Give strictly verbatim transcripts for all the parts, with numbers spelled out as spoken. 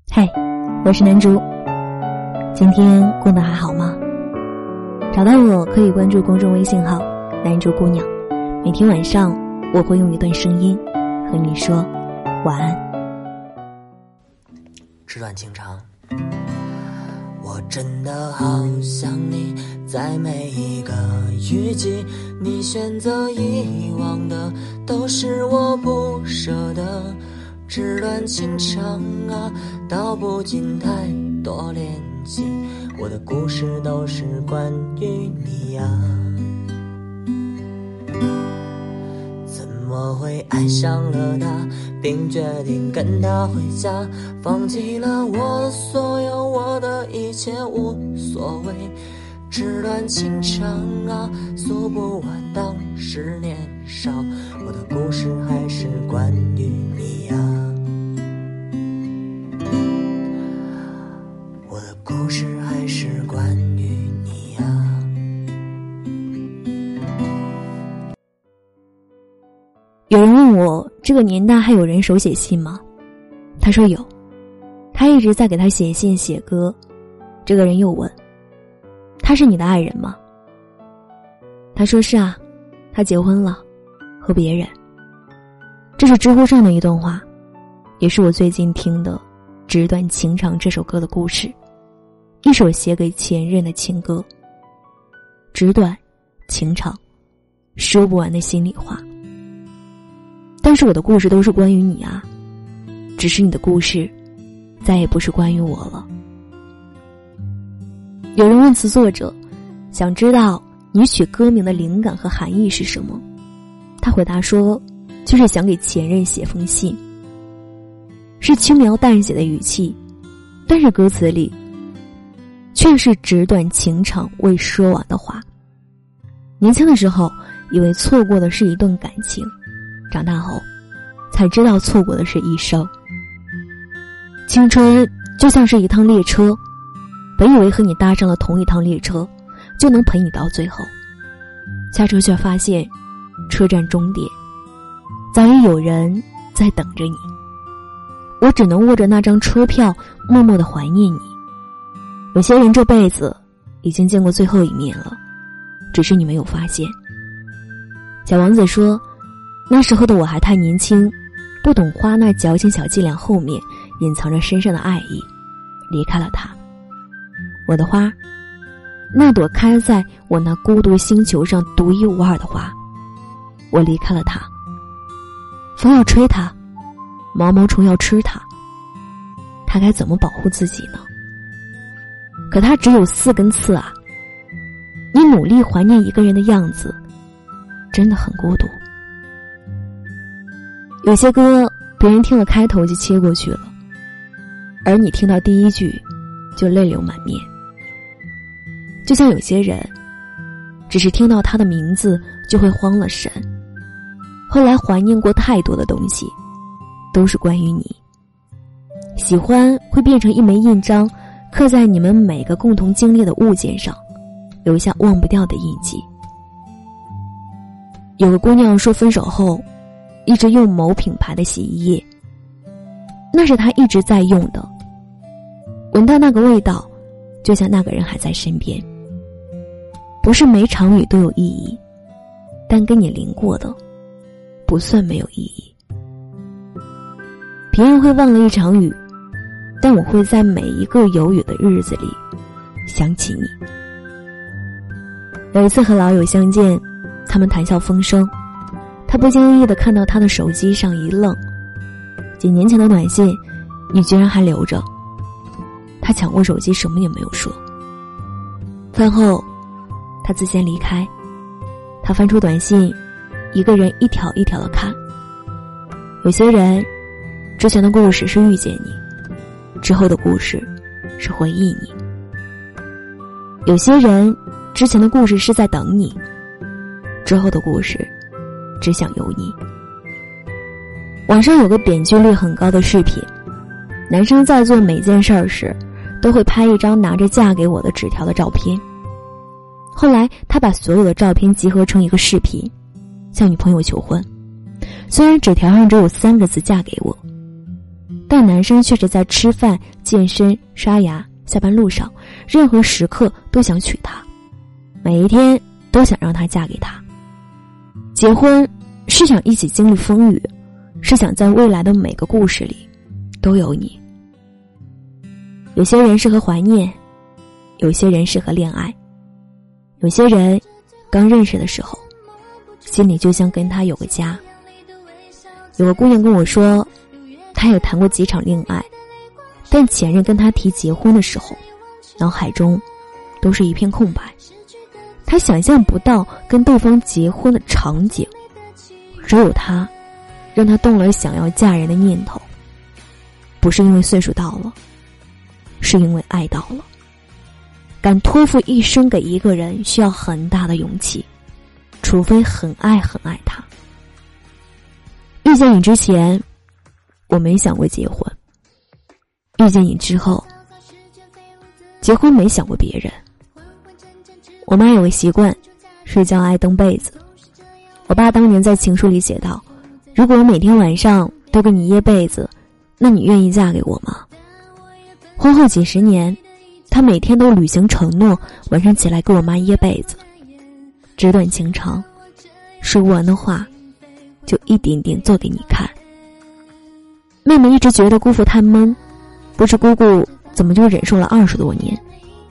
嗨，我是南竹，今天过得还好吗？找到我可以关注公众微信号南竹姑娘，每天晚上我会用一段声音和你说晚安。 纸短情长，我真的好想你，在每一个雨季，你选择遗忘的都是我不舍的。纸短情长啊，道不尽太多恋情，我的故事都是关于你啊。怎么会爱上了他，并决定跟他回家，放弃了我所有，我的一切无所谓。纸短情长啊，诉不完当时年少，我的故事还是关于你啊。我的故事还是关于你啊。 有人问我，这个年代还有人手写信吗？他说有，他一直在给他写信写歌。这个人又问，他是你的爱人吗？他说是啊，他结婚了，和别人。这是知乎上的一段话，也是我最近听的《纸短情长》这首歌的故事，一首写给前任的情歌。纸短情长，说不完的心里话。但是我的故事都是关于你啊，只是你的故事再也不是关于我了。有人问词作者，想知道你取歌名的灵感和含义是什么？他回答说，就是想给前任写封信，是轻描淡写的语气，但是歌词里却是纸短情长未说完的话。年轻的时候以为错过的是一段感情，长大后才知道错过的是一生。青春就像是一趟列车，本以为和你搭上了同一趟列车就能陪你到最后，下车却发现车站终点早已有人在等着你。我只能握着那张车票默默地怀念你。有些人这辈子已经见过最后一面了，只是你没有发现。小王子说，那时候的我还太年轻，不懂花那矫情小伎俩后面隐藏着深深的爱意，离开了他。我的花，那朵开在我那孤独星球上独一无二的花，我离开了它。风要吹它，毛毛虫要吃它，它该怎么保护自己呢？可它只有四根刺啊！你努力怀念一个人的样子，真的很孤独。有些歌别人听了开头就切过去了，而你听到第一句就泪流满面。就像有些人只是听到他的名字就会慌了神，后来怀念过太多的东西都是关于你。喜欢会变成一枚印章，刻在你们每个共同经历的物件上，留下忘不掉的印记。有个姑娘说分手后一直用某品牌的洗衣液，那是她一直在用的，闻到那个味道就像那个人还在身边。不是每场雨都有意义，但跟你淋过的不算没有意义。别人会忘了一场雨，但我会在每一个有雨的日子里想起你。有一次和老友相见，他们谈笑风生，他不经意地看到他的手机上一愣，几年前的短信你居然还留着。他抢过手机，什么也没有说。饭后他自先离开，他翻出短信，一个人一条一条地看。有些人之前的故事是遇见你，之后的故事是回忆你。有些人之前的故事是在等你，之后的故事只想有你。网上有个点击率很高的视频，男生在做每件事儿时都会拍一张拿着嫁给我的纸条的照片。后来他把所有的照片集合成一个视频，向女朋友求婚。虽然纸条上只有三个字嫁给我， 但男生却是在吃饭、健身、刷牙、下班路上，任何时刻都想娶她，每一天都想让她嫁给他。结婚是想一起经历风雨，是想在未来的每个故事里都有你。有些人适合怀念，有些人适合恋爱，有些人刚认识的时候心里就像跟他有个家。有个姑娘跟我说，她也谈过几场恋爱，但前任跟她提结婚的时候，脑海中都是一片空白，她想象不到跟对方结婚的场景，只有他让她动了想要嫁人的念头。不是因为岁数到了，是因为爱到了。敢托付一生给一个人需要很大的勇气，除非很爱很爱他。遇见你之前，我没想过结婚，遇见你之后，结婚没想过别人。我妈有个习惯，睡觉爱蹬被子。我爸当年在情书里写道，如果我每天晚上都给你掖被子，那你愿意嫁给我吗？婚后几十年，他每天都履行承诺，晚上起来给我妈掖被子。纸短情长，说不完的话就一点点做给你看。妹妹一直觉得姑父太闷，不知姑姑怎么就忍受了二十多年。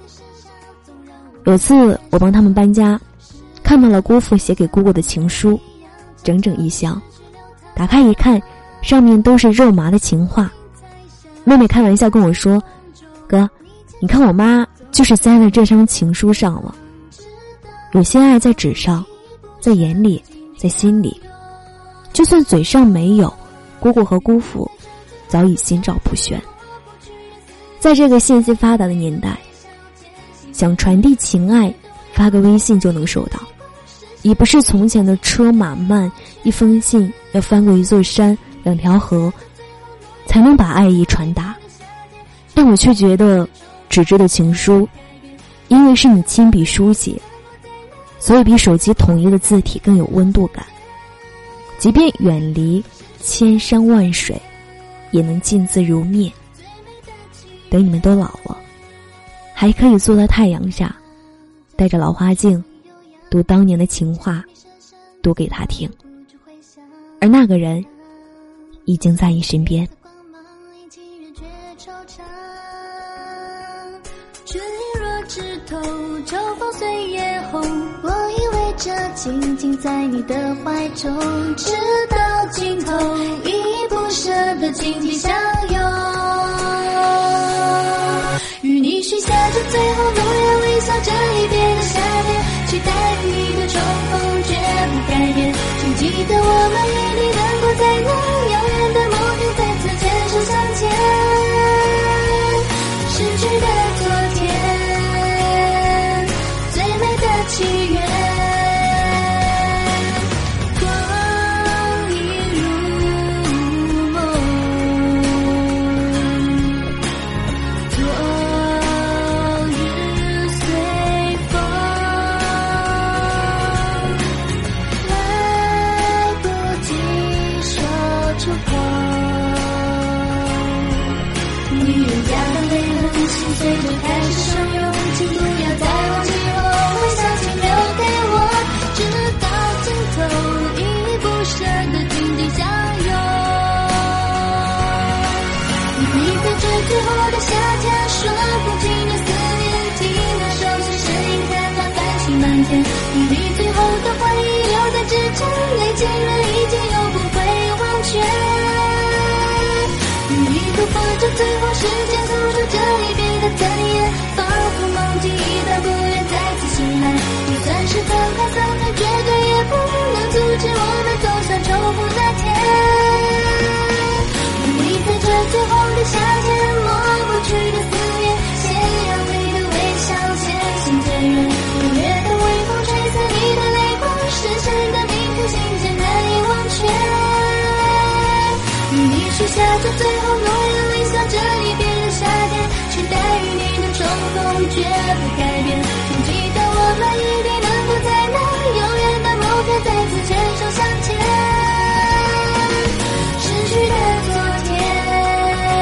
有次我帮他们搬家，看到了姑父写给姑姑的情书，整整一箱。打开一看，上面都是肉麻的情话。妹妹开玩笑跟我说，哥，你看我妈就是栽在这张情书上了。有些爱在纸上，在眼里，在心里，就算嘴上没有，姑姑和姑父早已心照不宣。在这个信息发达的年代，想传递情爱，发个微信就能收到，已不是从前的车马慢，一封信要翻过一座山、两条河，才能把爱意传达。但我却觉得纸质的情书，因为是你亲笔书写，所以比手机统一的字体更有温度感。即便远离千山万水，也能近字如面。等你们都老了，还可以坐在太阳下，带着老花镜，读当年的情话，读给他听。而那个人已经在你身边。 这一若枝头，秋风随叶红。我以为这静静在你的怀中，直到尽头，依依不舍的紧紧相拥。与你许下这最后诺言，微笑这一边的夏天，期待与你的重逢绝不改变。请记得我们一定能够在那遥远的某天再次牵手向前。失去的昨天，最美的祈愿，光阴如梦，昨日随风，来不及说出口。女人家的泪痕心随着开始汹涌，请不要再忘记我，微笑请留给我，直到尽头，依依不舍的紧紧相拥。你在这最后的夏天，说不尽的思念，听那熟悉声音，看那繁星满天。与你最后的回忆留在指尖，累积了已经又不会忘却。与你度过这最后时间，诉说这离别的字眼，仿佛梦境一段不愿再次醒来。就算是分开散开，绝对也不能阻止我们走向重逢那天。你在这最后的夏天，抹不去的思念，斜阳里的微笑，渐行渐远。五月的微风吹散你的泪光，深深的铭刻心间，难以忘却。与你许下这最后诺言，微笑着离别的夏天，期待与你的重逢绝不改变。请记得我们一定能够在那遥远的某天再次牵手向前。失去的昨天，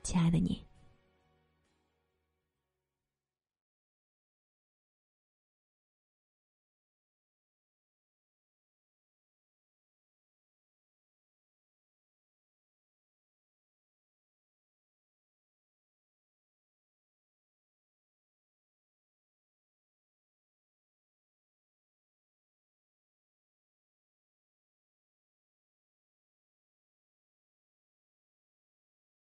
亲爱的你。